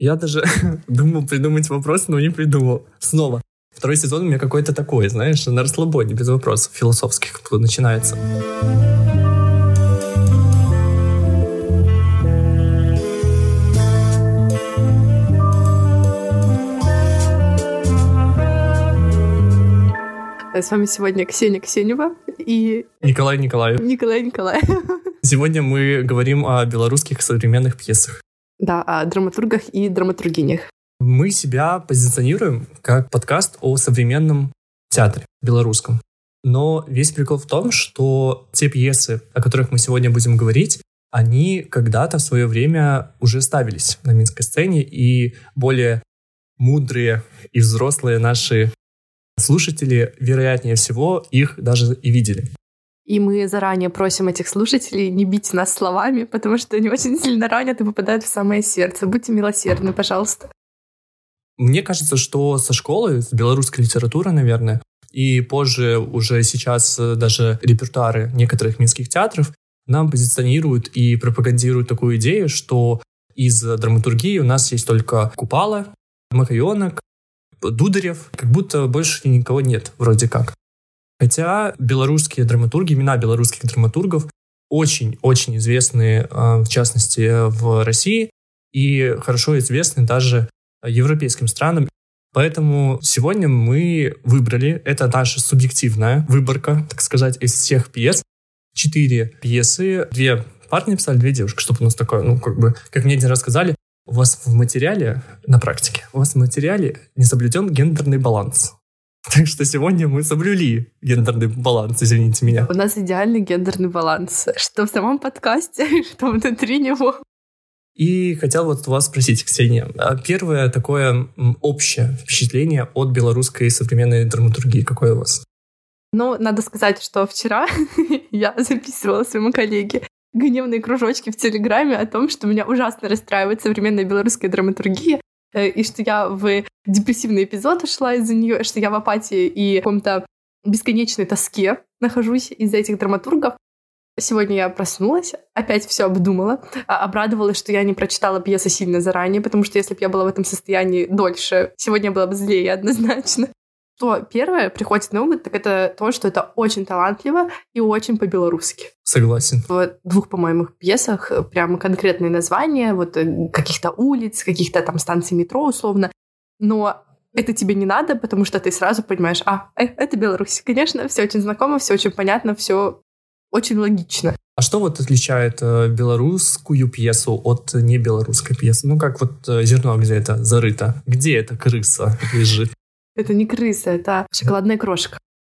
Я даже думал придумать вопрос, но не придумал. Снова. Второй сезон у меня какой-то такой, знаешь, на расслабоне, без вопросов философских, кто начинается. С вами сегодня Ксения Ксенева и... Николай Николаев. Сегодня мы говорим о белорусских современных пьесах. Да, о драматургах и драматургинях. Мы себя позиционируем как подкаст о современном театре белорусском. Но весь прикол в том, что те пьесы, о которых мы сегодня будем говорить, они когда-то в свое время уже ставились на минской сцене, и более мудрые и взрослые наши слушатели, вероятнее всего, их даже и видели. И мы заранее просим этих слушателей не бить нас словами, потому что они очень сильно ранят и попадают в самое сердце. Будьте милосердны, пожалуйста. Мне кажется, что со школы, с белорусской литературы, наверное, и позже уже сейчас даже репертуары некоторых минских театров нам позиционируют и пропагандируют такую идею, что из драматургии у нас есть только Купала, Макаёнок, Дударев, как будто больше никого нет, вроде как. Хотя белорусские драматурги, имена белорусских драматургов очень-очень известны, в частности, в России, и хорошо известны даже европейским странам. Поэтому сегодня мы выбрали, это наша субъективная выборка, так сказать, из всех пьес. 4 пьесы, 2 парни писали, 2 девушки, чтобы у нас такое, как мне один раз сказали, у вас в материале, на практике, у вас в материале не соблюден гендерный баланс. Так что сегодня мы соблюли гендерный баланс, извините меня. У нас идеальный гендерный баланс, что в самом подкасте, что внутри него. И хотел вот у вас спросить, Ксения, первое такое общее впечатление от белорусской современной драматургии, какое у вас? Надо сказать, что вчера я записывала своему коллеге гневные кружочки в Телеграме о том, что меня ужасно расстраивает современная белорусская драматургия, и что я в депрессивный эпизод ушла из-за нее, что я в апатии и в каком-то бесконечной тоске нахожусь из-за этих драматургов. Сегодня я проснулась, опять все обдумала, обрадовалась, что я не прочитала пьесы сильно заранее, потому что если бы я была в этом состоянии дольше, сегодня я была бы злее однозначно. Что первое приходит на ум, так это то, что это очень талантливо и очень по-белорусски. Согласен. В 2, по-моему, пьесах прямо конкретные названия, каких-то улиц, каких-то там станций метро условно, но это тебе не надо, потому что ты сразу понимаешь, это Беларусь. Конечно, все очень знакомо, все очень понятно, все очень логично. А что отличает белорусскую пьесу от небелорусской пьесы? Как зерно, где это зарыто? Где эта крыса лежит? Это не крыса, это шоколадная крошка.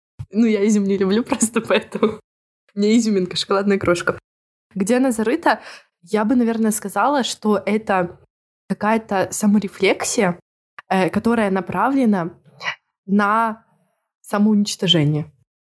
Я изюм не люблю просто поэтому. Не изюминка, шоколадная крошка. Где она зарыта, я бы, наверное, сказала, что это какая-то саморефлексия, которая направлена на самоуничтожение.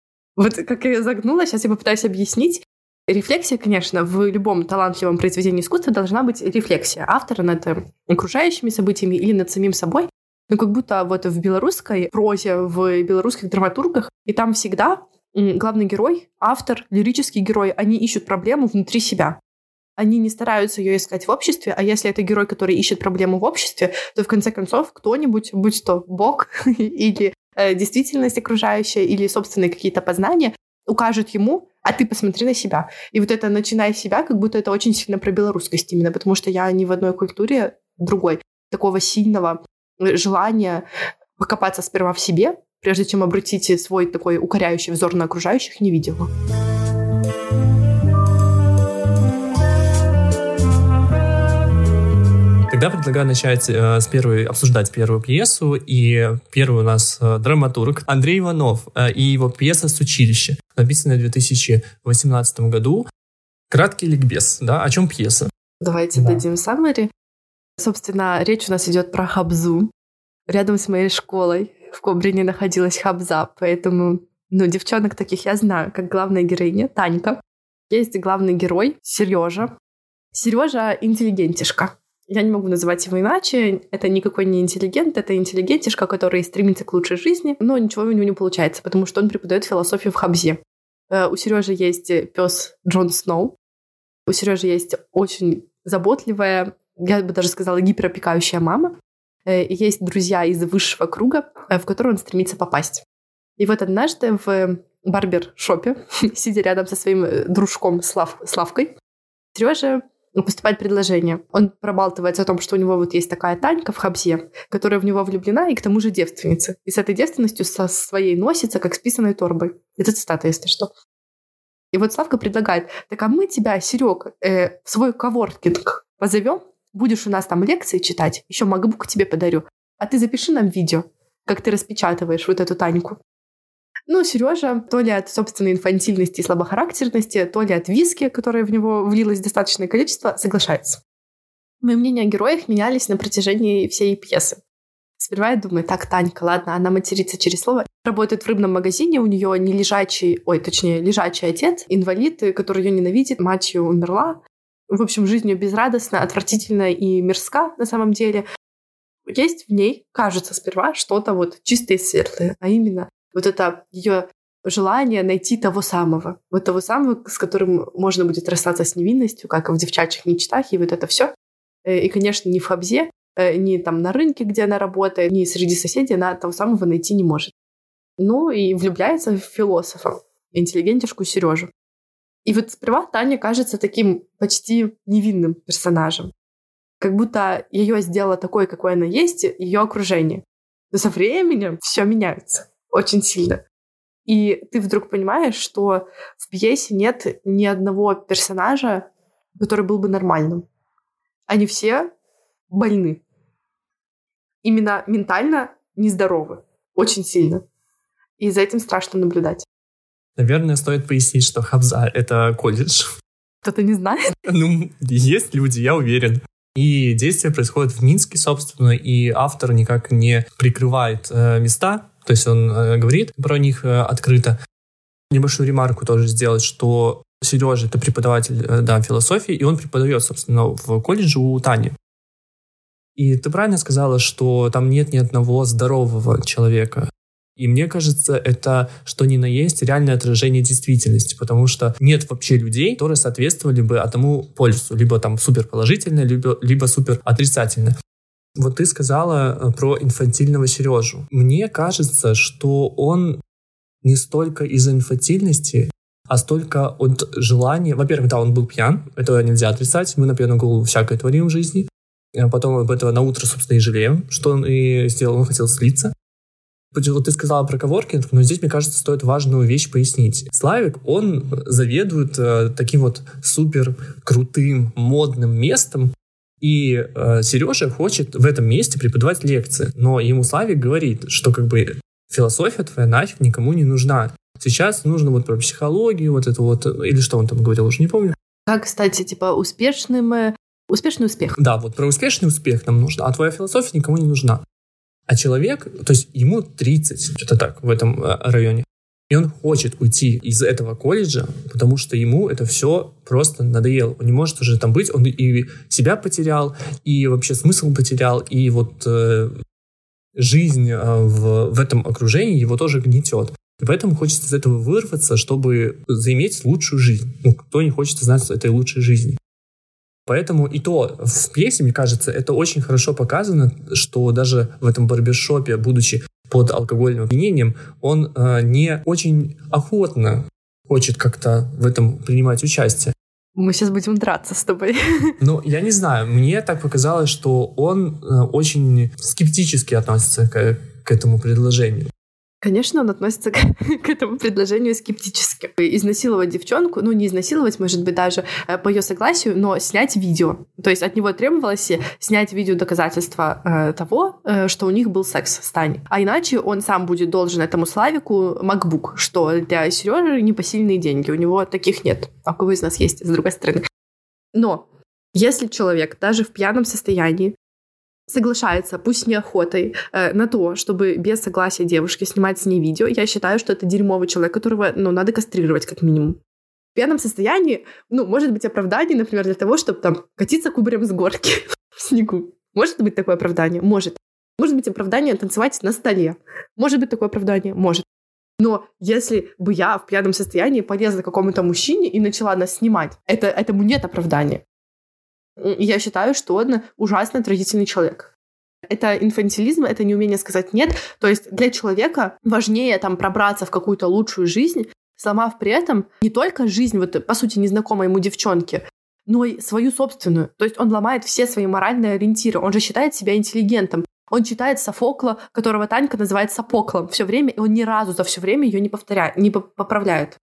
Как я загнула, сейчас я попытаюсь объяснить. Рефлексия, конечно, в любом талантливом произведении искусства должна быть рефлексия автора над окружающими событиями или над самим собой. Как будто в белорусской прозе, в белорусских драматургах, и там всегда главный герой, автор, лирический герой, они ищут проблему внутри себя. Они не стараются ее искать в обществе, а если это герой, который ищет проблему в обществе, то в конце концов кто-нибудь, будь то Бог или действительность окружающая, или собственные какие-то познания, укажет ему, а ты посмотри на себя. И это «начинай с себя», как будто это очень сильно про белорусскость именно, потому что я ни в одной культуре другой такого сильного желание покопаться сперва в себе, прежде чем обратить свой такой укоряющий взор на окружающих, не видела. Тогда предлагаю начать обсуждать первую пьесу. И первый у нас драматург Андрей Иванов и его пьеса «Сучилище», написанная в 2018 году. Краткий ликбез, да? О чем пьеса? Давайте дадим саммари. Собственно, речь у нас идет про Хабзу. Рядом с моей школой в Кобрине находилась Хабза, поэтому, девчонок таких я знаю, как главная героиня Танька. Есть главный герой Сережа. Сережа интеллигентишка. Я не могу называть его иначе. Это никакой не интеллигент, это интеллигентишка, который стремится к лучшей жизни, но ничего у него не получается, потому что он преподает философию в Хабзе. У Сережи есть пес Джон Сноу. У Сережи есть очень заботливая, я бы даже сказала, гиперопекающая мама. Есть друзья из высшего круга, в который он стремится попасть. И вот однажды в барбер-шопе, сидя рядом со своим дружком Славкой, Серёже поступает предложение. Он пробалтывается о том, что у него вот есть такая Танька в Хабзе, которая в него влюблена и к тому же девственница. И с этой девственностью со своей носится, как с писаной торбой. Это цитата, если что. И вот Славка предлагает: так а мы тебя, Серёг, в свой коворкинг позовем, будешь у нас там лекции читать, еще MacBook тебе подарю, а ты запиши нам видео, как ты распечатываешь вот эту Таньку. Ну, Сережа, то ли от собственной инфантильности и слабохарактерности, то ли от виски, которое в него влилось достаточное количество, соглашается. Мои мнения о героях менялись на протяжении всей пьесы. Сперва я думаю: так, Танька, ладно, она матерится через слово. Работает в рыбном магазине, у нее не лежачий отец, инвалид, который ее ненавидит, мать ее умерла. В общем, жизнь ее безрадостна, отвратительна и мерзка на самом деле. Есть в ней, кажется, сперва что-то вот чистое и светлое, а именно вот это ее желание найти того самого, с которым можно будет расстаться с невинностью, как в девчачьих мечтах, и вот это все. И, конечно, ни в Хабзе, ни там на рынке, где она работает, ни среди соседей она того самого найти не может. Ну и влюбляется в философа, интеллигентишку Сережу. И вот сперва Таня кажется таким почти невинным персонажем. Как будто ее сделало такой, какой она есть, ее окружение. Но со временем все меняется. Очень сильно. И ты вдруг понимаешь, что в пьесе нет ни одного персонажа, который был бы нормальным. Они все больны. Именно ментально нездоровы. Очень сильно. И за этим страшно наблюдать. Наверное, стоит пояснить, что Хабза — это колледж. Кто-то не знает? Ну, есть люди, я уверен. И действие происходит в Минске, собственно, и автор никак не прикрывает места. То есть он говорит про них открыто. Небольшую ремарку тоже сделать, что Сережа — это преподаватель философии, и он преподает, собственно, в колледже у Тани. И ты правильно сказала, что там нет ни одного здорового человека. И мне кажется, это, что ни на есть, реальное отражение действительности, потому что нет вообще людей, которые соответствовали бы одному полюсу, либо там суперположительно, либо супер отрицательно. Вот ты сказала про инфантильного Сережу. Мне кажется, что он не столько из-за инфантильности, а столько от желания... Во-первых, да, он был пьян, это нельзя отрицать, мы на пьяную голову всякое творим в жизни. Потом об этом наутро, собственно, и жалеем, что он и сделал, он хотел слиться. Вот ты сказала про коворкинг, но здесь, мне кажется, стоит важную вещь пояснить. Славик, он заведует таким вот супер крутым, модным местом, и Сережа хочет в этом месте преподавать лекции. Но ему Славик говорит, что как бы философия твоя нафиг никому не нужна. Сейчас нужно вот про психологию, вот это вот, или что он там говорил, уже не помню. Как, кстати, типа успешный успех. Да, вот про успешный успех нам нужно, а твоя философия никому не нужна. А человек, то есть ему 30, что-то так, в этом районе, и он хочет уйти из этого колледжа, потому что ему это все просто надоело. Он не может уже там быть, он и себя потерял, и вообще смысл потерял, и вот жизнь в этом окружении его тоже гнетет. И поэтому хочется из этого вырваться, чтобы заиметь лучшую жизнь. Ну, кто не хочет знать этой лучшей жизни. Поэтому и то в пьесе, мне кажется, это очень хорошо показано, что даже в этом барбершопе, будучи под алкогольным опьянением, он не очень охотно хочет как-то в этом принимать участие. Мы сейчас будем драться с тобой. Ну, я не знаю, мне так показалось, что он очень скептически относится к этому предложению. Конечно, он относится к этому предложению скептически. Изнасиловать девчонку, ну не изнасиловать, может быть, даже по ее согласию, но снять видео. То есть от него требовалось снять видео доказательства того, что у них был секс с Таней. А иначе он сам будет должен этому Славику MacBook, что для Сережи непосильные деньги. У него таких нет. А у кого из нас есть, с другой стороны. Но если человек даже в пьяном состоянии соглашается, пусть неохотой, на то, чтобы без согласия девушки снимать с ней видео, я считаю, что это дерьмовый человек, которого, надо кастрировать как минимум. В пьяном состоянии, может быть оправдание, например, для того, чтобы там катиться кубарем с горки в снегу. Может быть такое оправдание? Может. Может быть оправдание танцевать на столе. Может быть такое оправдание? Может. Но если бы я в пьяном состоянии полезла к какому-то мужчине и начала нас снимать, этому нет оправдания. Я считаю, что он ужасно отвратительный человек. Это инфантилизм, это неумение сказать «нет». То есть для человека важнее там пробраться в какую-то лучшую жизнь, сломав при этом не только жизнь, вот по сути, незнакомой ему девчонки, но и свою собственную. То есть он ломает все свои моральные ориентиры. Он же считает себя интеллигентом. Он читает Софокла, которого Танька называет Сопоклом все время, и он ни разу за все время ее не поправляет.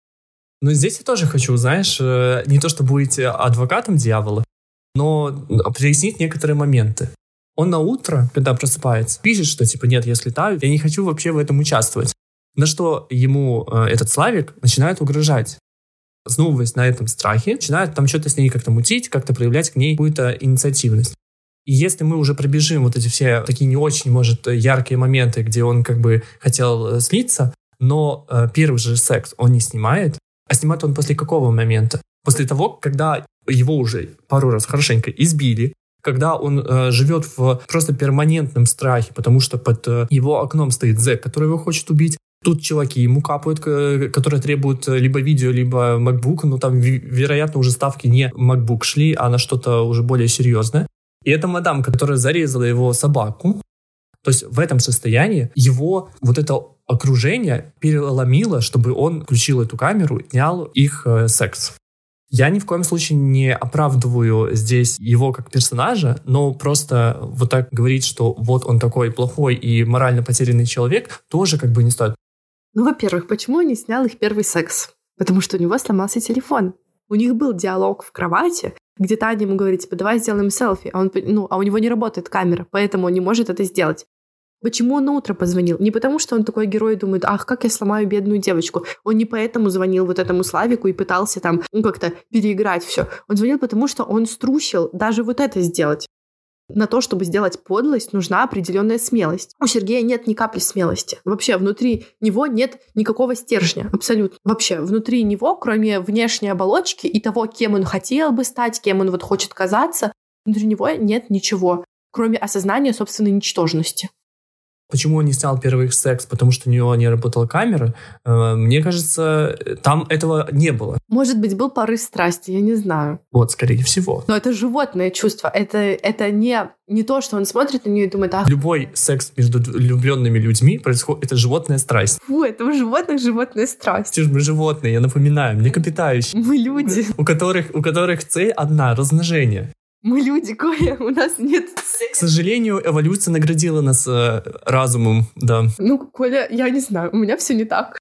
Но здесь я тоже хочу, знаешь, не то чтобы быть адвокатом дьявола, но прояснить некоторые моменты. Он на утро, когда просыпается, пишет, что типа нет, я слетаю, я не хочу вообще в этом участвовать. На что ему этот Славик начинает угрожать. Основываясь на этом страхе, начинает там что-то с ней как-то мутить, как-то проявлять к ней какую-то инициативность. И если мы уже пробежим вот эти все такие не очень, может, яркие моменты, где он как бы хотел слиться, но первый же секс он не снимает, а снимает он после какого момента? После того, когда его уже пару раз хорошенько избили, когда он живет в просто перманентном страхе, потому что под его окном стоит зэк, который его хочет убить. Тут чуваки ему капают, которые требуют либо видео, либо MacBook, но там, вероятно, уже ставки не MacBook шли, а на что-то уже более серьезное. И эта мадам, которая зарезала его собаку, то есть в этом состоянии его вот это окружение переломило, чтобы он включил эту камеру и снял их секс. Я ни в коем случае не оправдываю здесь его как персонажа, но просто вот так говорить, что вот он такой плохой и морально потерянный человек, тоже как бы не стоит. Ну, во-первых, почему он не снял их первый секс? Потому что у него сломался телефон. У них был диалог в кровати, где Таня ему говорит, типа, давай сделаем селфи, а у него не работает камера, поэтому он не может это сделать. Почему он на утро позвонил? Не потому, что он такой герой и думает, ах, как я сломаю бедную девочку. Он не поэтому звонил вот этому Славику и пытался там как-то переиграть все. Он звонил, потому что он струсил даже вот это сделать. На то, чтобы сделать подлость, нужна определенная смелость. У Сергея нет ни капли смелости. Вообще, внутри него нет никакого стержня. Абсолютно. Вообще, внутри него, кроме внешней оболочки и того, кем он хотел бы стать, кем он вот хочет казаться, внутри него нет ничего, кроме осознания собственной ничтожности. Почему он не снял первый их секс? Потому что у него не работала камера. Мне кажется, там этого не было. Может быть, был порыв страсти, я не знаю. Вот, скорее всего. Но это животное чувство. Это не то, что он смотрит на нее и думает, ах... Любой секс между влюбленными людьми происходит... Это животная страсть. Фу, это у животных животная страсть. Мы животные, я напоминаю, млекопитающие. Мы люди. У которых цель одна — размножение. Мы люди, Коля, у нас нет... К сожалению, эволюция наградила нас разумом, да. Ну, Коля, я не знаю, у меня все не так.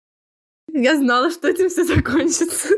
Я знала, что этим все закончится.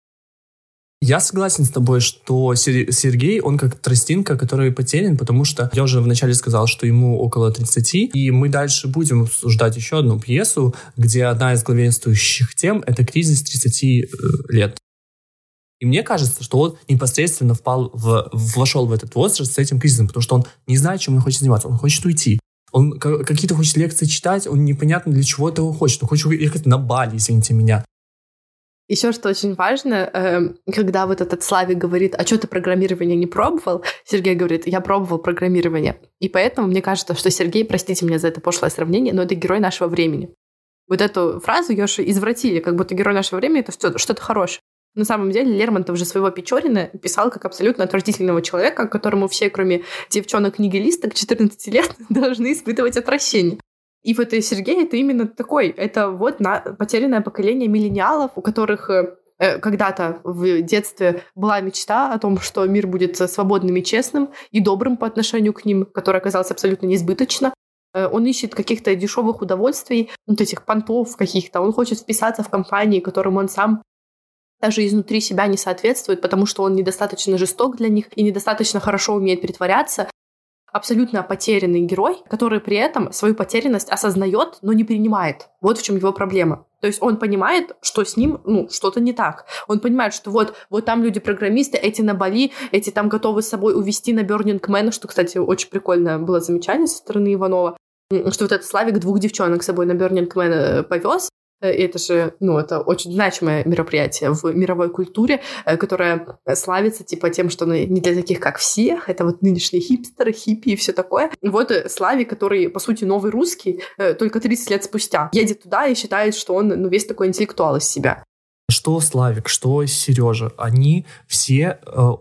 Я согласен с тобой, что Сергей, он как тростинка, который потерян, потому что я уже вначале сказал, что ему около 30, и мы дальше будем обсуждать еще одну пьесу, где одна из главенствующих тем — это кризис 30 лет. И мне кажется, что он непосредственно вошел в этот возраст с этим кризисом, потому что он не знает, чем он хочет заниматься. Он хочет уйти. Он какие-то хочет лекции читать, он непонятно для чего этого хочет. Он хочет ехать на Бали, извините меня. Еще что очень важно, когда вот этот Славик говорит, а что ты программирование не пробовал? Сергей говорит, я пробовал программирование. И поэтому мне кажется, что Сергей, простите меня за это пошлое сравнение, но это герой нашего времени. Вот эту фразу ее же извратили, как будто герой нашего времени — это что-то хорошее. На самом деле Лермонтов же своего Печорина писал как абсолютно отвратительного человека, которому все, кроме девчонок-нигилисток 14 лет, должны испытывать отвращение. И вот Сергей — это именно такой. Это вот потерянное поколение миллениалов, у которых когда-то в детстве была мечта о том, что мир будет свободным и честным, и добрым по отношению к ним, которое оказалось абсолютно неизбыточно. Он ищет каких-то дешевых удовольствий, вот этих понтов каких-то. Он хочет вписаться в компании, которым он сам даже изнутри себя не соответствует, потому что он недостаточно жесток для них и недостаточно хорошо умеет притворяться. Абсолютно потерянный герой, который при этом свою потерянность осознает, но не принимает. Вот в чем его проблема. То есть он понимает, что с ним что-то не так. Он понимает, что вот там люди-программисты, эти на Бали, эти там готовы с собой увезти на Burning Man, что, кстати, очень прикольное было замечание со стороны Иванова, что вот этот Славик 2 девчонок с собой на Burning Man повез. Это же, это очень значимое мероприятие в мировой культуре, которое славится типа тем, что не для таких, как все, это вот нынешние хипстеры, хиппи и все такое. Вот Славик, который, по сути, новый русский, только 30 лет спустя, едет туда и считает, что он весь такой интеллектуал из себя. что Славик, что Сережа, они все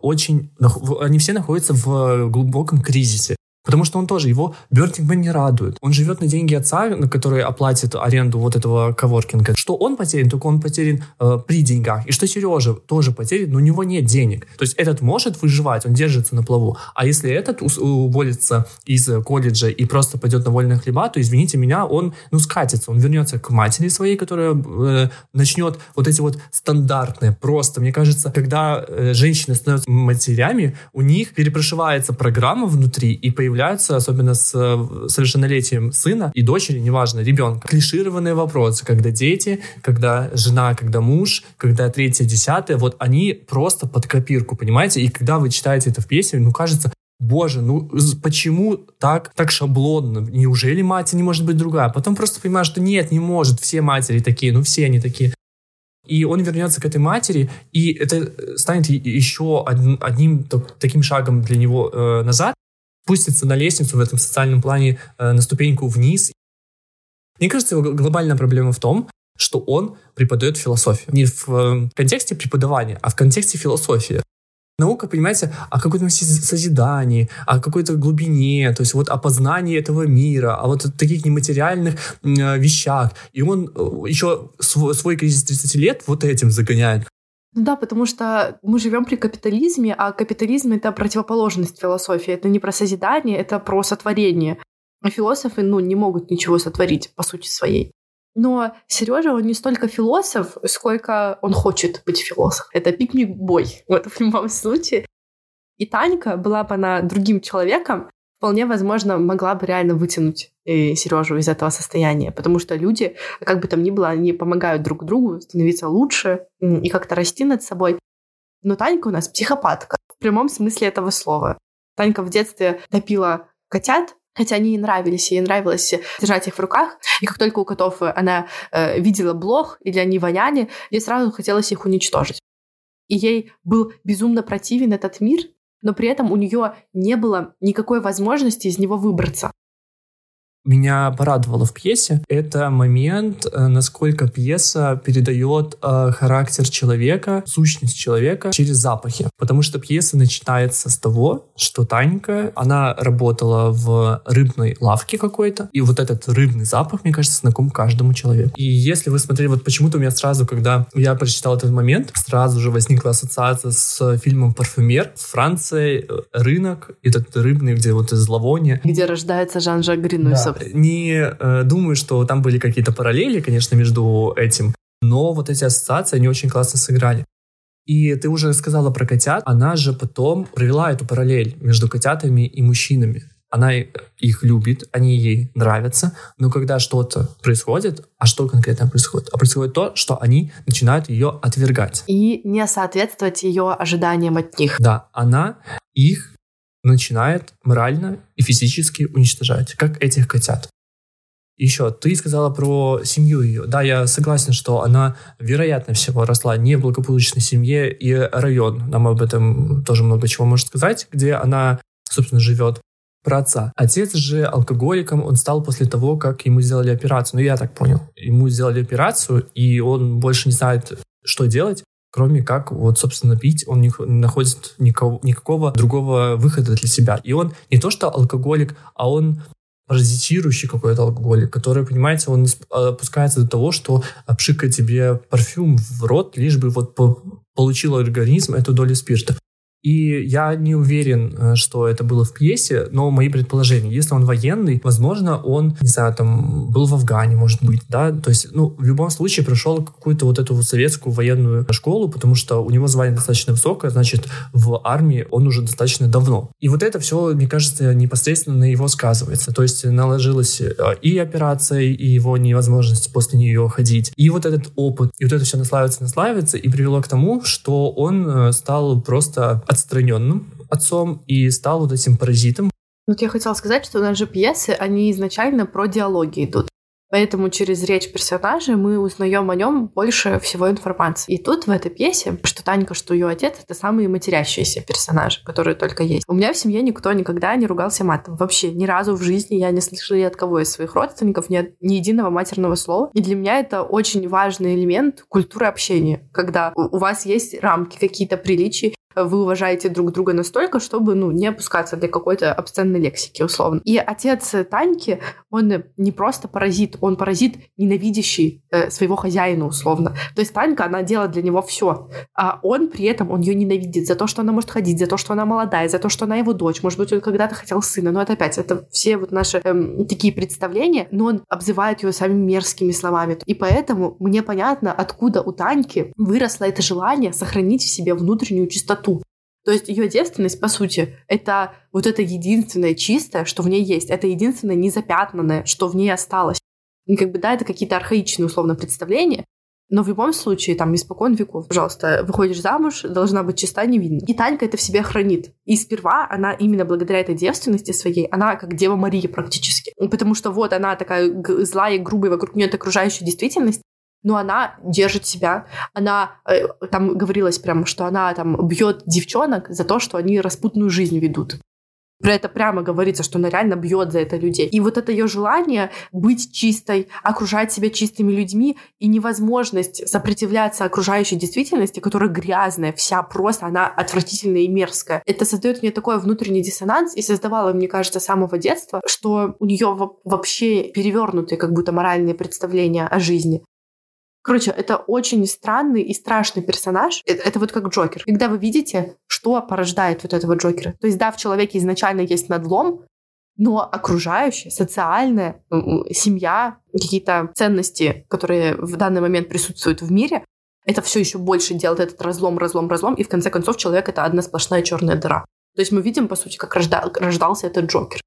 они все находятся в глубоком кризисе. Потому что он тоже, его Burning Man не радует. Он живет на деньги отца, на которые оплатит аренду вот этого коворкинга. Что он потерян, только он потерян при деньгах. И что Сережа тоже потерян, но у него нет денег. То есть этот может выживать, он держится на плаву. А если этот уволится из колледжа и просто пойдет на вольные хлеба, то, извините меня, он скатится. Он вернется к матери своей, которая начнет вот эти вот стандартные. Просто, мне кажется, когда женщины становятся матерями, у них перепрошивается программа внутри и появляется, особенно с совершеннолетием сына и дочери, неважно, ребенка. Клишированные вопросы, когда дети, когда жена, когда муж, когда третье, десятое, вот они просто под копирку, понимаете? И когда вы читаете это в пьесе, кажется, боже, почему так шаблонно? Неужели мать не может быть другая? Потом просто понимаешь, что нет, не может, все матери такие, все они такие. И он вернется к этой матери, и это станет еще одним таким шагом для него назад, спустится на лестницу в этом социальном плане на ступеньку вниз. Мне кажется, его глобальная проблема в том, что он преподает философию. Не в контексте преподавания, а в контексте философии. Наука, понимаете, о каком-то созидании, о какой-то глубине, то есть вот о познании этого мира, о вот таких нематериальных вещах. И он еще свой кризис 30 лет вот этим загоняет. Да, потому что мы живем при капитализме, а капитализм — это противоположность философии. Это не про созидание, это про сотворение. А философы, не могут ничего сотворить по сути своей. Но Сережа, он не столько философ, сколько он хочет быть философом. Это пикник-бой, вот в любом случае. И Танька, была бы она другим человеком, вполне возможно, могла бы реально вытянуть Сережу из этого состояния, потому что люди, как бы там ни было, они помогают друг другу становиться лучше и как-то расти над собой. Но Танька у нас психопатка, в прямом смысле этого слова. Танька в детстве топила котят, хотя они ей нравилось держать их в руках. И как только у котов она видела блох или они воняли, ей сразу хотелось их уничтожить. И ей был безумно противен этот мир, но при этом у нее не было никакой возможности из него выбраться. Меня порадовало в пьесе, это момент, насколько пьеса передает характер человека, сущность человека через запахи. Потому что пьеса начинается с того, что Танька, она работала в рыбной лавке какой-то, и вот этот рыбный запах, мне кажется, знаком каждому человеку. И если вы смотрели, вот почему-то у меня сразу, когда я прочитал этот момент, сразу же возникла ассоциация с фильмом «Парфюмер». В Франции рынок, этот рыбный, где вот зловоние. Где рождается Жан-Жак Гринуйсов. Не думаю, что там были какие-то параллели, конечно, между этим, но вот эти ассоциации, они очень классно сыграли. И ты уже сказала про котят, она же потом провела эту параллель между котятами и мужчинами. Она их любит, они ей нравятся, но когда что-то происходит, а что конкретно происходит? А происходит то, что они начинают ее отвергать. И не соответствовать ее ожиданиям от них. Да, она их начинает морально и физически уничтожать, как этих котят. Еще, ты сказала про семью ее. Да, я согласен, что она, вероятно всего, росла не в благополучной семье, и район нам об этом тоже много чего может сказать, где она, собственно, живет. Про отца. Отец же алкоголиком он стал после того, как ему сделали операцию. Я так понял. Ему сделали операцию, и он больше не знает, что делать, кроме как, собственно, пить. Он не находит никакого другого выхода для себя. И он не то что алкоголик, а он паразитирующий какой-то алкоголик, который, понимаете, он опускается до того, что пшикает тебе парфюм в рот, лишь бы получил организм эту долю спирта. И я не уверен, что это было в пьесе, но мои предположения. Если он военный, возможно, он, не знаю, там, был в Афгане, может быть, да, то есть, в любом случае прошел какую-то вот эту советскую военную школу, потому что у него звание достаточно высокое, значит, в армии он уже достаточно давно. И вот это все, мне кажется, непосредственно на его сказывается. То есть наложилась и операция, и его невозможность после нее ходить, и вот этот опыт, и вот это все наслаивается, и привело к тому, что он стал просто отстраненным отцом и стал вот этим паразитом. Я хотела сказать, что у нас же пьесы, они изначально про диалоги идут. Поэтому через речь персонажа мы узнаем о нем больше всего информации. И тут в этой пьесе, что Танька, что ее отец, это самые матерящиеся персонажи, которые только есть. У меня в семье никто никогда не ругался матом. Вообще ни разу в жизни я не слышала ни от кого из своих родственников ни единого матерного слова. И для меня это очень важный элемент культуры общения, когда у вас есть рамки, какие-то приличия, вы уважаете друг друга настолько, чтобы, не опускаться для какой-то обсценной лексики, условно. И отец Таньки, он не просто паразит, он паразит, ненавидящий своего хозяина, условно. То есть Танька, она делает для него все, а он при этом, он ее ненавидит за то, что она может ходить, за то, что она молодая, за то, что она его дочь. Может быть, он когда-то хотел сына, но это опять, это все вот наши такие представления, но он обзывает ее самыми мерзкими словами. И поэтому мне понятно, откуда у Таньки выросло это желание сохранить в себе внутреннюю чистоту. То есть ее девственность, по сути, это вот это единственное чистое, что в ней есть. Это единственное незапятнанное, что в ней осталось. И это какие-то архаичные, условно, представления. Но в любом случае, испокон веков, пожалуйста, выходишь замуж, должна быть чиста, невинна. И Танька это в себе хранит. И сперва она именно благодаря этой девственности своей, она как Дева Мария практически. Потому что вот она такая злая и грубая, вокруг нее окружающая действительность, но она держит себя. Она, там говорилось прямо, что она бьет девчонок за то, что они распутную жизнь ведут. Про это прямо говорится, что она реально бьет за это людей. И вот это ее желание быть чистой, окружать себя чистыми людьми и невозможность сопротивляться окружающей действительности, которая грязная, вся просто, она отвратительная и мерзкая. Это создает мне такой внутренний диссонанс и создавало, мне кажется, с самого детства, что у нее вообще перевернутые как будто моральные представления о жизни. Короче, это очень странный и страшный персонаж. Это вот как Джокер. Когда вы видите, что порождает вот этого Джокера. То есть, да, в человеке изначально есть надлом, но окружающее, социальное, семья, какие-то ценности, которые в данный момент присутствуют в мире, это все еще больше делает этот разлом, и в конце концов человек — это одна сплошная черная дыра. То есть мы видим, по сути, как рождался этот Джокер.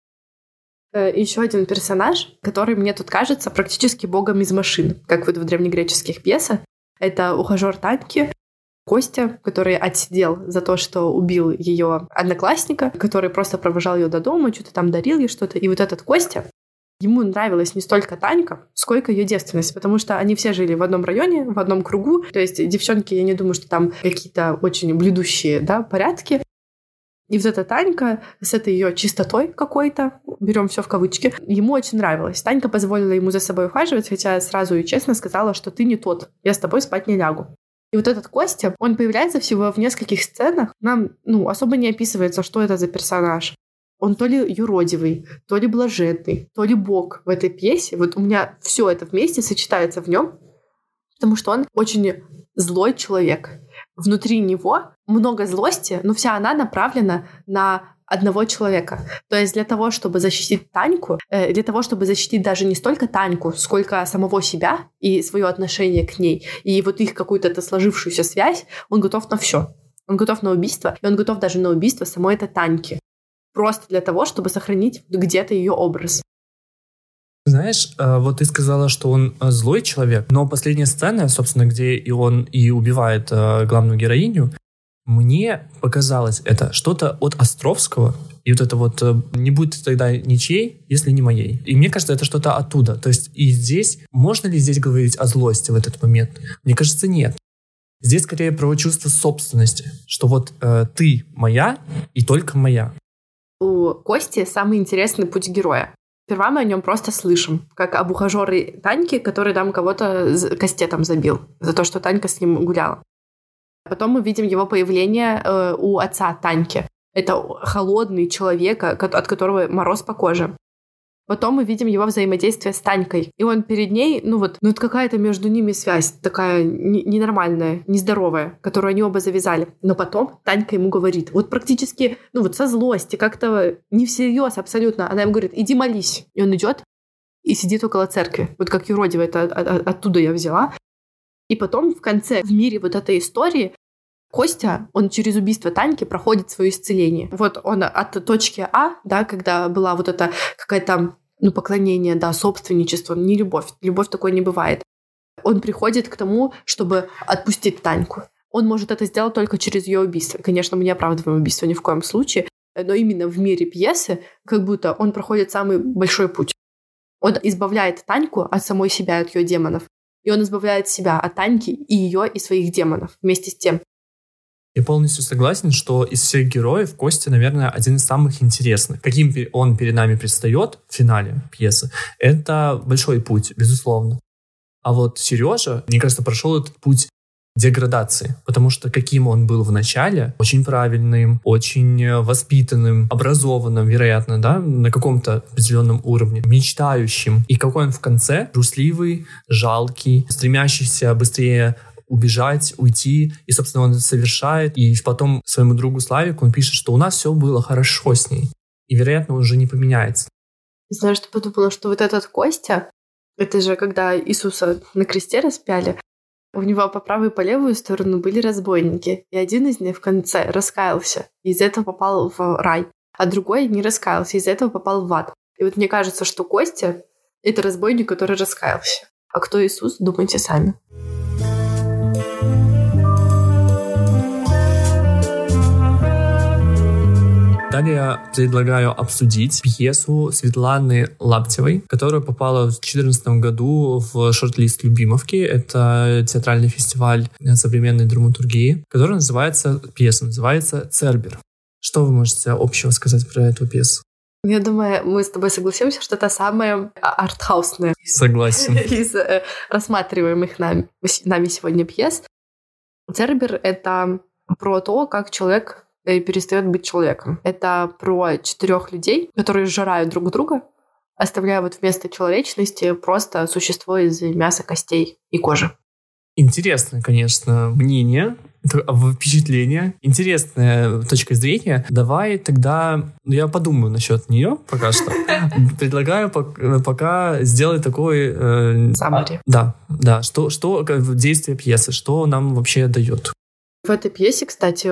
Еще один персонаж, который мне тут кажется практически богом из машин, как вот в древнегреческих пьесах. Это ухажер Таньки, Костя, который отсидел за то, что убил ее одноклассника, который просто провожал ее до дома, что-то там дарил ей что-то. И вот этот Костя, ему нравилась не столько Танька, сколько ее девственность, потому что они все жили в одном районе, в одном кругу. То есть девчонки, я не думаю, что там какие-то очень блюдущие, порядки. И вот эта Танька с этой ее чистотой какой-то, берем все в кавычки, ему очень нравилось. Танька позволила ему за собой ухаживать, хотя сразу и честно сказала, что ты не тот, я с тобой спать не лягу. И вот этот Костя, он появляется всего в нескольких сценах. Нам, особо не описывается, что это за персонаж. Он то ли юродивый, то ли блаженный, то ли бог в этой пьесе. Вот у меня все это вместе сочетается в нем, потому что он очень злой человек. Внутри него много злости, но вся она направлена на одного человека. То есть для того, чтобы защитить Таньку, для того, чтобы защитить даже не столько Таньку, сколько самого себя и свое отношение к ней, и вот их какую-то эту сложившуюся связь, он готов на все. Он готов на убийство, и он готов даже на убийство самой этой Таньки. Просто для того, чтобы сохранить где-то ее образ. Знаешь, вот ты сказала, что он злой человек, но последняя сцена, собственно, где и он и убивает главную героиню, мне показалось это что-то от Островского, и вот это вот «не будет тогда ничьей, если не моей». И мне кажется, это что-то оттуда. То есть и здесь, можно ли здесь говорить о злости в этот момент? Мне кажется, нет. Здесь скорее про чувство собственности, что вот ты моя и только моя. У Кости самый интересный путь героя. Сперва мы о нем просто слышим, как об ухажёре Таньки, который там кого-то кастетом забил за то, что Танька с ним гуляла. Потом мы видим его появление у отца Таньки. Это холодный человек, от которого мороз по коже. Потом мы видим его взаимодействие с Танькой. И он перед ней, какая-то между ними связь такая ненормальная, нездоровая, которую они оба завязали. Но потом Танька ему говорит, вот практически, со злости, как-то не всерьез абсолютно. Она ему говорит, иди молись. И он идет и сидит около церкви. Вот как юродивая, это оттуда я взяла. И потом в конце, в мире вот этой истории, Костя, он через убийство Таньки проходит свое исцеление. Вот он от точки А, когда была вот эта какая-то, поклонение, собственничество, не любовь. Любовь такой не бывает. Он приходит к тому, чтобы отпустить Таньку. Он может это сделать только через ее убийство. Конечно, мы не оправдываем убийство ни в коем случае, но именно в мире пьесы как будто он проходит самый большой путь. Он избавляет Таньку от самой себя, от ее демонов. И он избавляет себя от Таньки и ее, и своих демонов вместе с тем. Я полностью согласен, что из всех героев Костя, наверное, один из самых интересных. Каким он перед нами предстает в финале пьесы, это большой путь, безусловно. А вот Сережа, мне кажется, прошел этот путь деградации, потому что каким он был в начале, очень правильным, очень воспитанным, образованным, вероятно, да, на каком-то определенном уровне, мечтающим. И какой он в конце? Трусливый, жалкий, стремящийся быстрее убежать, уйти, и, собственно, он это совершает, и потом своему другу Славику он пишет, что у нас все было хорошо с ней, и, вероятно, он уже не поменяется. Знаешь, что подумала, что вот этот Костя, это же когда Иисуса на кресте распяли, у него по правую и по левую сторону были разбойники, и один из них в конце раскаялся, и из-за этого попал в рай, а другой не раскаялся, и из-за этого попал в ад. И вот мне кажется, что Костя — это разбойник, который раскаялся. А кто Иисус, думайте сами. Далее я предлагаю обсудить пьесу Светланы Лаптевой, которая попала в 2014 году в шорт-лист Любимовки. Это театральный фестиваль современной драматургии, который пьеса называется «Цербер». Что вы можете общего сказать про эту пьесу? Я думаю, мы с тобой согласимся, что это самая артхаусная Согласен. из рассматриваемых нами сегодня пьес. «Цербер» — это про то, как человек перестает быть человеком. Это про 4 людей, которые сжирают друг друга, оставляя вот вместо человечности просто существо из мяса, костей и кожи. Интересное, конечно, мнение, впечатление, интересная точка зрения. Давай тогда я подумаю насчет нее пока что. Предлагаю пока сделать такой... Summary. Да. Что действие пьесы, что нам вообще дает? В этой пьесе, кстати,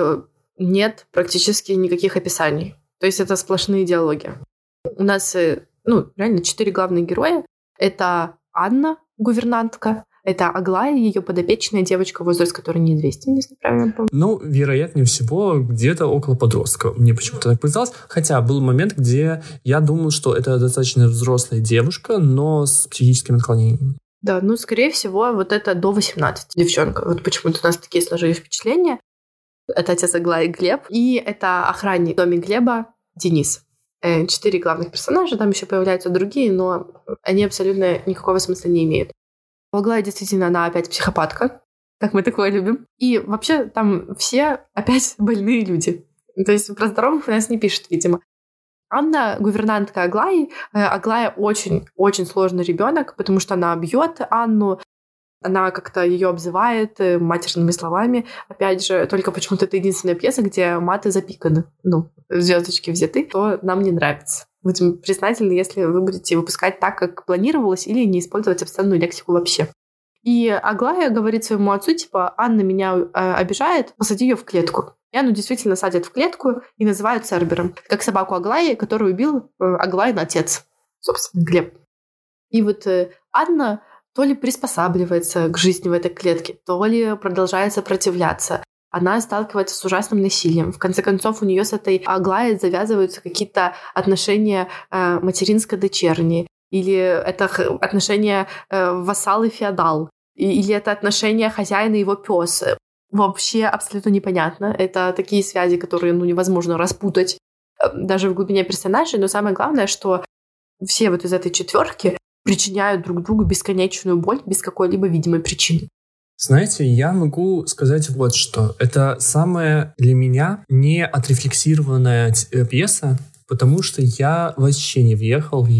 нет практически никаких описаний. То есть это сплошные диалоги. У нас, реально 4 главных героя. Это Анна, гувернантка. Это Аглая, ее подопечная девочка, возраст которой неизвестен, если правильно помню. Вероятнее всего, где-то около подростка. Мне почему-то так показалось. Хотя был момент, где я думал, что это достаточно взрослая девушка, но с психическими отклонениями. Да, скорее всего, вот это до 18 девчонка. Вот почему-то у нас такие сложились впечатления. Это отец Аглаи Глеб, и это охранник в доме Глеба Денис. 4 главных персонажа, там еще появляются другие, но они абсолютно никакого смысла не имеют. У Аглаи действительно она опять психопатка, как мы такое любим. И вообще там все опять больные люди. То есть про здоровых у нас не пишут, видимо. Анна, гувернантка Аглаи. Аглая очень-очень сложный ребенок, потому что она бьет Анну, она как-то ее обзывает матерными словами. Опять же, только почему-то это единственная пьеса, где маты запиканы. Звездочки взяты, то нам не нравится. Будем признательны, если вы будете выпускать так, как планировалось, или не использовать обставную лексику вообще. И Аглая говорит своему отцу, Анна меня обижает, посади ее в клетку. И Анну действительно садят в клетку и называют Цербером. Как собаку Аглаи, которую убил Аглаин отец, собственно, Глеб. И вот Анна то ли приспосабливается к жизни в этой клетке, то ли продолжает сопротивляться. Она сталкивается с ужасным насилием. В конце концов, у нее с этой Аглаей завязываются какие-то отношения материнско-дочерние. Или это отношения вассал и феодал. Или это отношения хозяина и его пес. Вообще абсолютно непонятно. Это такие связи, которые невозможно распутать даже в глубине персонажей. Но самое главное, что все вот из этой 4 причиняют друг другу бесконечную боль без какой-либо видимой причины. Знаете, я могу сказать вот что. Это самая для меня не отрефлексированная пьеса, потому что я вообще не въехал в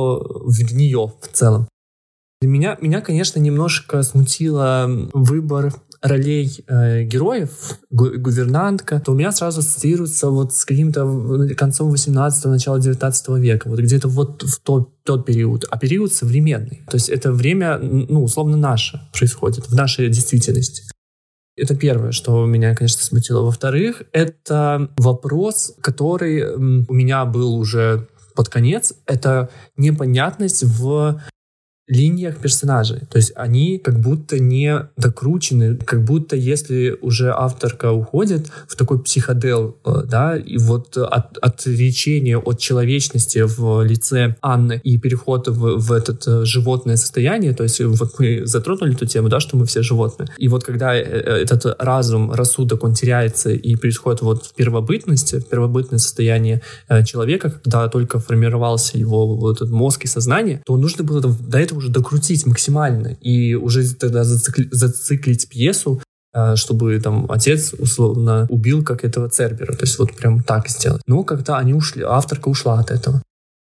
нее в целом. Для меня, конечно, немножко смутило выбор ролей героев, гувернантка, то у меня сразу ассоциируется вот с каким-то концом 18-го, началом 19 века, вот где-то вот в тот период, а период современный. То есть это время, условно, наше происходит, в нашей действительности. Это первое, что меня, конечно, смутило. Во-вторых, это вопрос, который у меня был уже под конец, это непонятность в линиях персонажей. То есть они как будто не докручены, как будто если уже авторка уходит в такой психодел, да, и вот отречение от человечности в лице Анны и переход в это животное состояние, то есть вот мы затронули эту тему, да, что мы все животные. И вот когда этот разум, рассудок, он теряется и происходит вот в первобытности, в первобытное состояние человека, когда только формировался его вот этот мозг и сознание, то нужно было до этого уже докрутить максимально и уже тогда зациклить пьесу, чтобы там отец условно убил как этого Цербера, то есть вот прям так сделать. Но когда они ушли, авторка ушла от этого.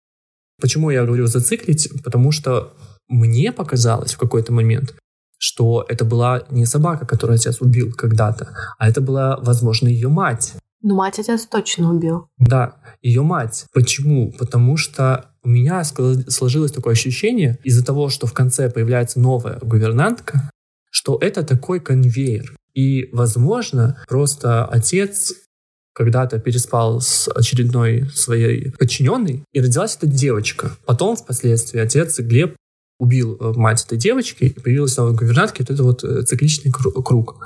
Почему я говорю зациклить? Потому что мне показалось в какой-то момент, что это была не собака, которую отец убил когда-то, а это была, возможно, ее мать. Ну, мать отец точно убил. Да, ее мать. Почему? Потому что у меня сложилось такое ощущение из-за того, что в конце появляется новая гувернантка, что это такой конвейер. И, возможно, просто отец когда-то переспал с очередной своей подчиненной, и родилась эта девочка. Потом, впоследствии, отец Глеб убил мать этой девочки, и появилась новая гувернантка, и вот это вот цикличный круг.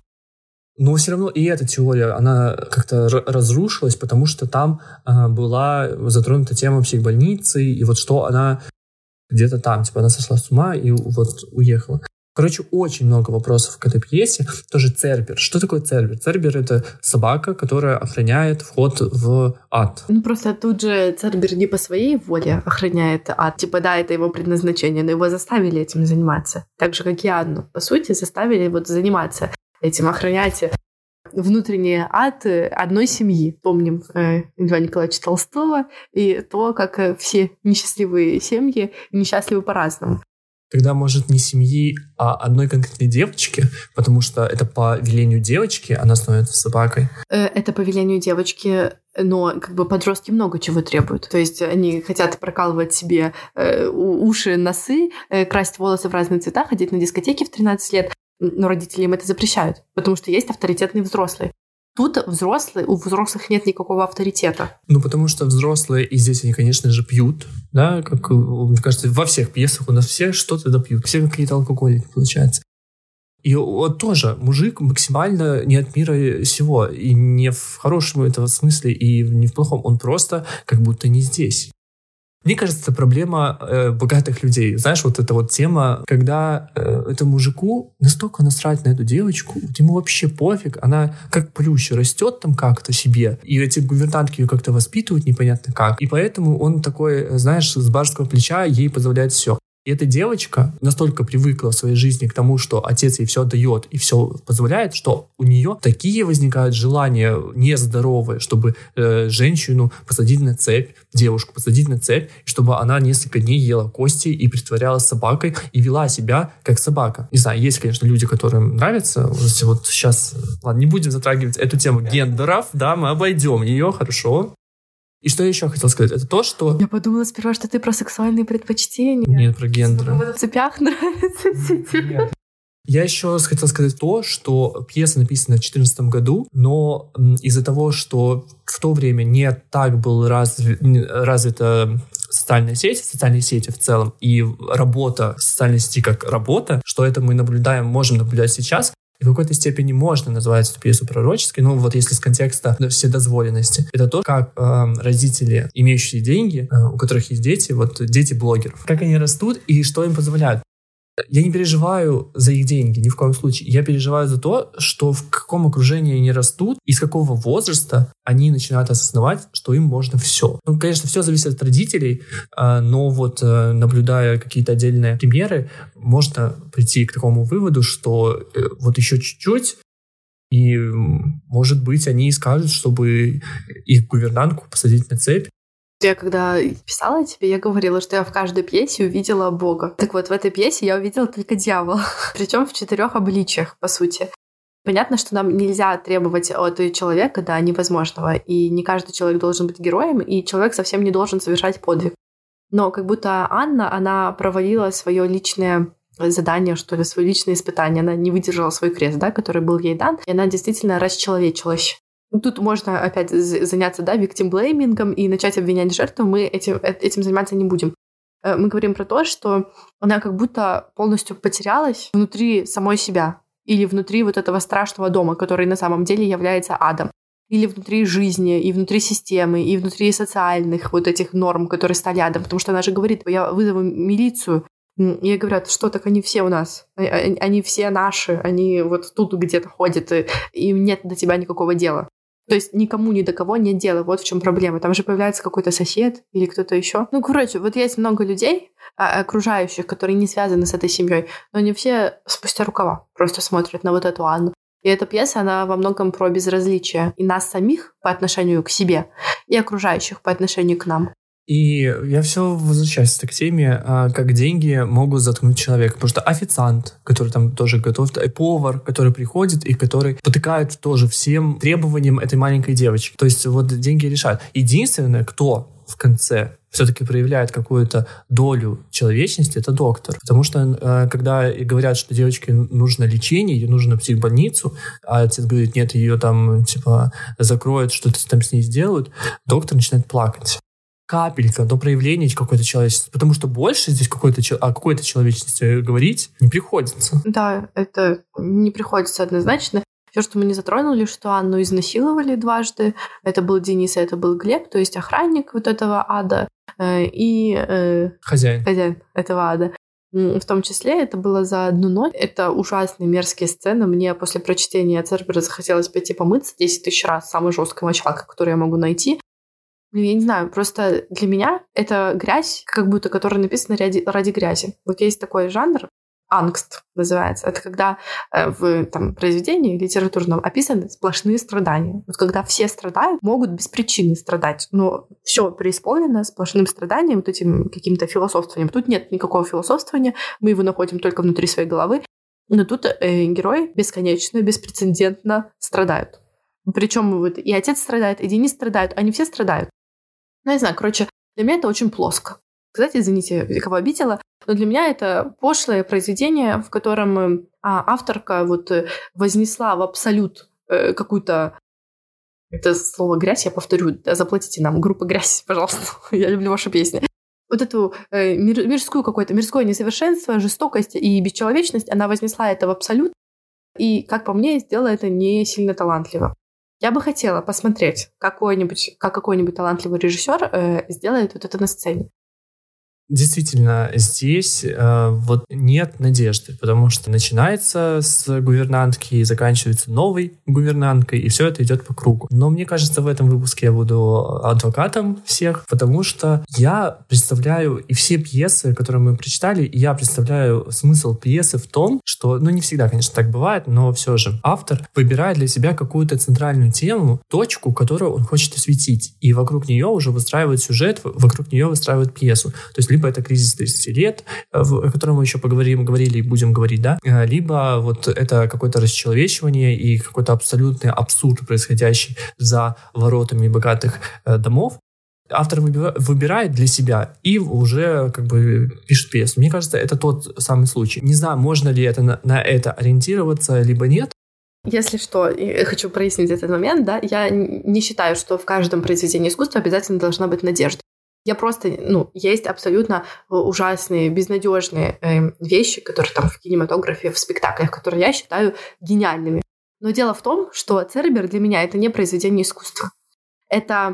Но все равно и эта теория, она как-то разрушилась, потому что там была затронута тема психбольницы, и вот что она где-то там, типа она сошла с ума и вот уехала. Короче, очень много вопросов к этой пьесе. Тоже Цербер. Что такое Цербер? Цербер — это собака, которая охраняет вход в ад. Ну, просто тут же Цербер не по своей воле охраняет ад. Типа, да, это его предназначение, но его заставили этим заниматься. Так же, как и Анну. По сути, заставили вот заниматься этим, охранять внутренний ад одной семьи. Помним Льва Николаевича Толстого и то, как все несчастливые семьи несчастливы по-разному. Тогда, может, не семьи, а одной конкретной девочки, потому что это по велению девочки она становится собакой. Это по велению девочки, но как бы подростки много чего требуют. То есть они хотят прокалывать себе уши, носы, красить волосы в разные цвета, ходить на дискотеки в 13 лет, но родители им это запрещают, потому что есть авторитетный взрослый. Тут у взрослых нет никакого авторитета. Ну, потому что взрослые, и здесь они, конечно же, пьют, да, как, мне кажется, во всех пьесах у нас все что-то допьют, все какие-то алкоголики, получается. И вот тоже мужик максимально не от мира сего, и не в хорошем этого смысле, и не в плохом, он просто как будто не здесь. Мне кажется, это проблема богатых людей. Знаешь, вот эта вот тема, когда этому мужику настолько насрать на эту девочку, вот ему вообще пофиг, она как плющ растет там как-то себе, и эти гувернантки ее как-то воспитывают непонятно как. И поэтому он такой, знаешь, с барского плеча ей позволяет все. И эта девочка настолько привыкла в своей жизни к тому, что отец ей все дает и все позволяет, что у нее такие возникают желания нездоровые, чтобы женщину посадить на цепь, девушку посадить на цепь, чтобы она несколько дней ела кости и притворялась собакой и вела себя как собака. Не знаю, есть, конечно, люди, которым нравится. Вот сейчас, ладно, не будем затрагивать эту тему гендеров, да, мы обойдем ее, хорошо. И что я еще хотел сказать? Это то, что... Я подумала сперва, что ты про сексуальные предпочтения. Нет, про гендеры. В цепях нравится сидеть. Я еще хотел сказать то, что пьеса написана в 2014 году, но из-за того, что в то время не так был развита социальные сети в целом, и работа в социальной сети как работа, что это мы можем наблюдать сейчас, и в какой-то степени можно назвать эту пьесу пророческой, но вот если с контекста вседозволенности. Это то, как родители, имеющие деньги, у которых есть дети, вот дети блогеров, как они растут и что им позволяют. Я не переживаю за их деньги, ни в коем случае. Я переживаю за то, что в каком окружении они растут и с какого возраста они начинают осознавать, что им можно все. Ну, конечно, все зависит от родителей, но вот наблюдая какие-то отдельные примеры, можно прийти к такому выводу, что вот еще чуть-чуть, и, может быть, они скажут, чтобы их гувернантку посадить на цепь. Я когда писала тебе, я говорила, что я в каждой пьесе увидела Бога. Так вот, в этой пьесе я увидела только дьявола. Причем в 4 обличиях, по сути. Понятно, что нам нельзя требовать от человека, да, невозможного. И не каждый человек должен быть героем, и человек совсем не должен совершать подвиг. Но как будто Анна, она провалила свое личное задание, что ли, свое личное испытание. Она не выдержала свой крест, да, который был ей дан, и она действительно расчеловечилась. Тут можно опять заняться, да, виктимблеймингом и начать обвинять жертву. Мы этим заниматься не будем. Мы говорим про то, что она как будто полностью потерялась внутри самой себя или внутри вот этого страшного дома, который на самом деле является адом. Или внутри жизни, и внутри системы, и внутри социальных вот этих норм, которые стали адом. Потому что она же говорит, я вызову милицию. И ей говорят, что так они все у нас, они все наши, они вот тут где-то ходят, и им нет до тебя никакого дела. То есть никому ни до кого нет дела, вот в чем проблема. Там же появляется какой-то сосед или кто-то еще. Ну, короче, вот есть много людей, окружающих, которые не связаны с этой семьей, но они все спустя рукава просто смотрят на вот эту Анну. И эта пьеса, она во многом про безразличие и нас самих по отношению к себе, и окружающих по отношению к нам. И я все возвращаюсь к теме, как деньги могут заткнуть человека. Потому что официант, который там тоже готовит, и повар, который приходит и который потыкает тоже всем требованиям этой маленькой девочки. То есть вот деньги решают. Единственное, кто в конце все-таки проявляет какую-то долю человечности, это доктор. Потому что когда говорят, что девочке нужно лечение, ей нужно в психбольницу, а отец говорит, нет, ее там типа закроют, что-то там с ней сделают, доктор начинает плакать. Капелька до проявления какой-то человечности, потому что больше здесь о какой-то человечности говорить не приходится. Да, это не приходится однозначно. Все, что мы не затронули, что Анну изнасиловали дважды. Это был Денис, а это был Глеб, то есть охранник вот этого ада и хозяин этого ада. В том числе это было за одну ночь. Это ужасные мерзкие сцены. Мне после прочтения Цербера захотелось пойти помыться 10 тысяч раз. Самая жесткая мочалка, которую я могу найти. Я не знаю, просто для меня это грязь, как будто, которая написана ради грязи. Вот есть такой жанр, ангст называется. Это когда в произведении литературном описаны сплошные страдания. Вот когда все страдают, могут без причины страдать. Но все преисполнено сплошным страданием, вот этим каким-то философствованием. Тут нет никакого философствования, мы его находим только внутри своей головы. Но тут герои бесконечно, беспрецедентно страдают. Причем вот и отец страдает, и Денис страдает, они все страдают. Ну, не знаю, короче, для меня это очень плоско. Кстати, извините, кого обидела, но для меня это пошлое произведение, в котором авторка вот вознесла в абсолют какую-то... Это слово «грязь», я повторю, заплатите нам, группа «Грязь», пожалуйста, я люблю ваши песни. Вот эту мирское несовершенство, жестокость и бесчеловечность, она вознесла это в абсолют, и, как по мне, сделала это не сильно талантливо. Я бы хотела посмотреть, как какой-нибудь талантливый режиссер сделает вот это на сцене. Действительно, здесь вот нет надежды, потому что начинается с гувернантки и заканчивается новой гувернанткой, и все это идет по кругу. Но мне кажется, в этом выпуске я буду адвокатом всех, потому что я представляю и все пьесы, которые мы прочитали, и я представляю смысл пьесы в том, что, не всегда, конечно, так бывает, но все же автор выбирает для себя какую-то центральную тему, точку, которую он хочет осветить, и вокруг нее уже выстраивает сюжет, вокруг нее выстраивает пьесу. То есть либо это кризис 30 лет, о котором мы еще говорили и будем говорить, да, либо вот это какое-то расчеловечивание и какой-то абсолютный абсурд, происходящий за воротами богатых домов. Автор выбирает для себя и уже пишет пьесу. Мне кажется, это тот самый случай. Не знаю, можно ли это на это ориентироваться, либо нет. Если что, я хочу прояснить этот момент, да, я не считаю, что в каждом произведении искусства обязательно должна быть надежда. Я просто, есть абсолютно ужасные, безнадежные вещи, которые там в кинематографе, в спектаклях, которые я считаю гениальными. Но дело в том, что Цербер для меня это не произведение искусства. Это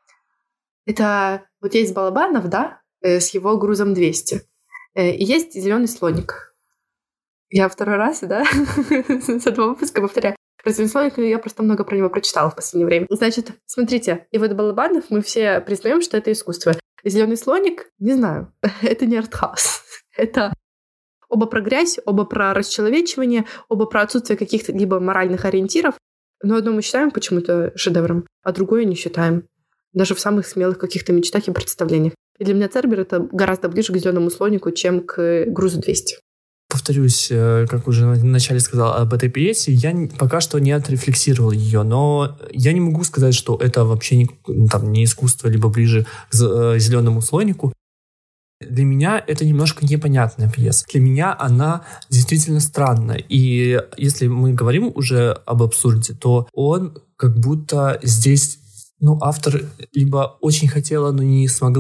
вот есть Балабанов, да, с его грузом 200. И есть «Зеленый слоник». Я второй раз, да, с этого выпуска повторяю. Про «Зеленый слоник» я просто много про него прочитала в последнее время. Значит, смотрите, и вот Балабанов, мы все признаем, что это искусство. «Зеленый слоник», не знаю, это не артхаус. Это оба про грязь, оба про расчеловечивание, оба про отсутствие каких-то либо моральных ориентиров. Но одно мы считаем почему-то шедевром, а другое не считаем. Даже в самых смелых каких-то мечтах и представлениях. И для меня Цербер это гораздо ближе к «Зеленому слонику», чем к «Грузу 200». Повторюсь, как уже вначале сказал об этой пьесе, я пока что не отрефлексировал ее, но я не могу сказать, что это вообще не искусство, либо ближе к «Зеленому слонику». Для меня это немножко непонятная пьеса. Для меня она действительно странная. И если мы говорим уже об абсурде, то он как будто здесь... автор либо очень хотела, но не смогла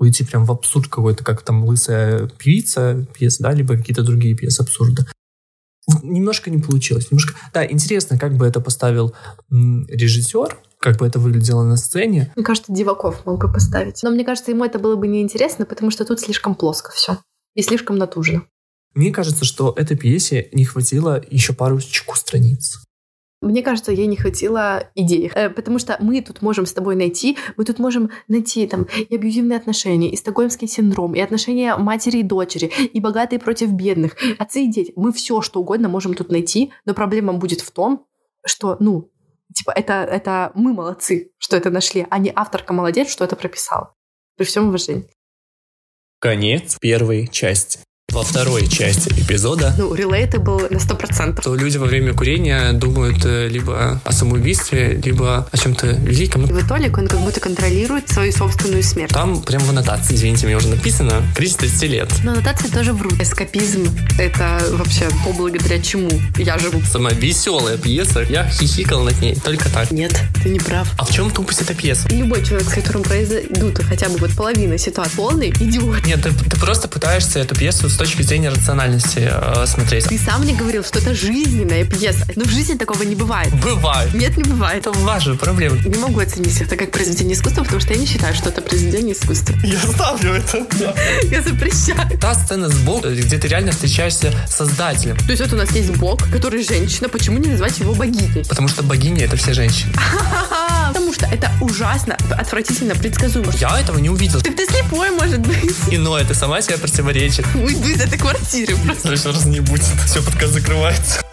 уйти прям в абсурд какой-то, как там «Лысая певица» пьеса, да, либо какие-то другие пьесы абсурда. Немножко не получилось. Да, интересно, как бы это поставил режиссер, как бы это выглядело на сцене. Мне кажется, Диваков мог бы поставить. Но мне кажется, ему это было бы неинтересно, потому что тут слишком плоско все. И слишком натужно. Мне кажется, что этой пьесе не хватило еще парочку страниц. Мне кажется, ей не хватило идей. Потому что мы тут можем с тобой найти там и абьюзивные отношения, и стокгольмский синдром, и отношения матери и дочери, и богатые против бедных, отцы и дети. Мы все, что угодно можем тут найти, но проблема будет в том, что, это мы молодцы, что это нашли, а не авторка молодец, что это прописала. При всем уважении. Конец первой части. Во второй части эпизода relatable на 100%. То люди во время курения думают либо о самоубийстве, либо о чем-то великом. И в итоге он как будто контролирует свою собственную смерть. Там прям в аннотации, извините, мне уже написано, кризис 30 лет. Но аннотации тоже врут. Эскапизм — это вообще то, благодаря чему я живу. Самая веселая пьеса, я хихикал над ней, только так. Нет, ты не прав. А в чем тупость этой пьесы? И любой человек, с которым произойдут хотя бы половина ситуации, полный идиот. Нет, ты просто пытаешься эту пьесу с точки зрения рациональности смотреть. Ты сам мне говорил, что это жизненная пьеса. Но в жизни такого не бывает. Бывает. Нет, не бывает. Это ваша проблема. Не могу оценить это как произведение искусства, потому что я не считаю, что это произведение искусства. Я ставлю это. Да. Я запрещаю. Та сцена сбоку, где ты реально встречаешься с создателем. То есть вот у нас есть бог, который женщина. Почему не назвать его богиней? Потому что богиня — это все женщины. Потому что это ужасно, отвратительно, предсказуемо. Я этого не увидел. Так ты слепой, может быть. Иное, ты сама себе противоречишь. Уйду из этой квартиры просто. В следующий раз не будет. Все, подкаст закрывается.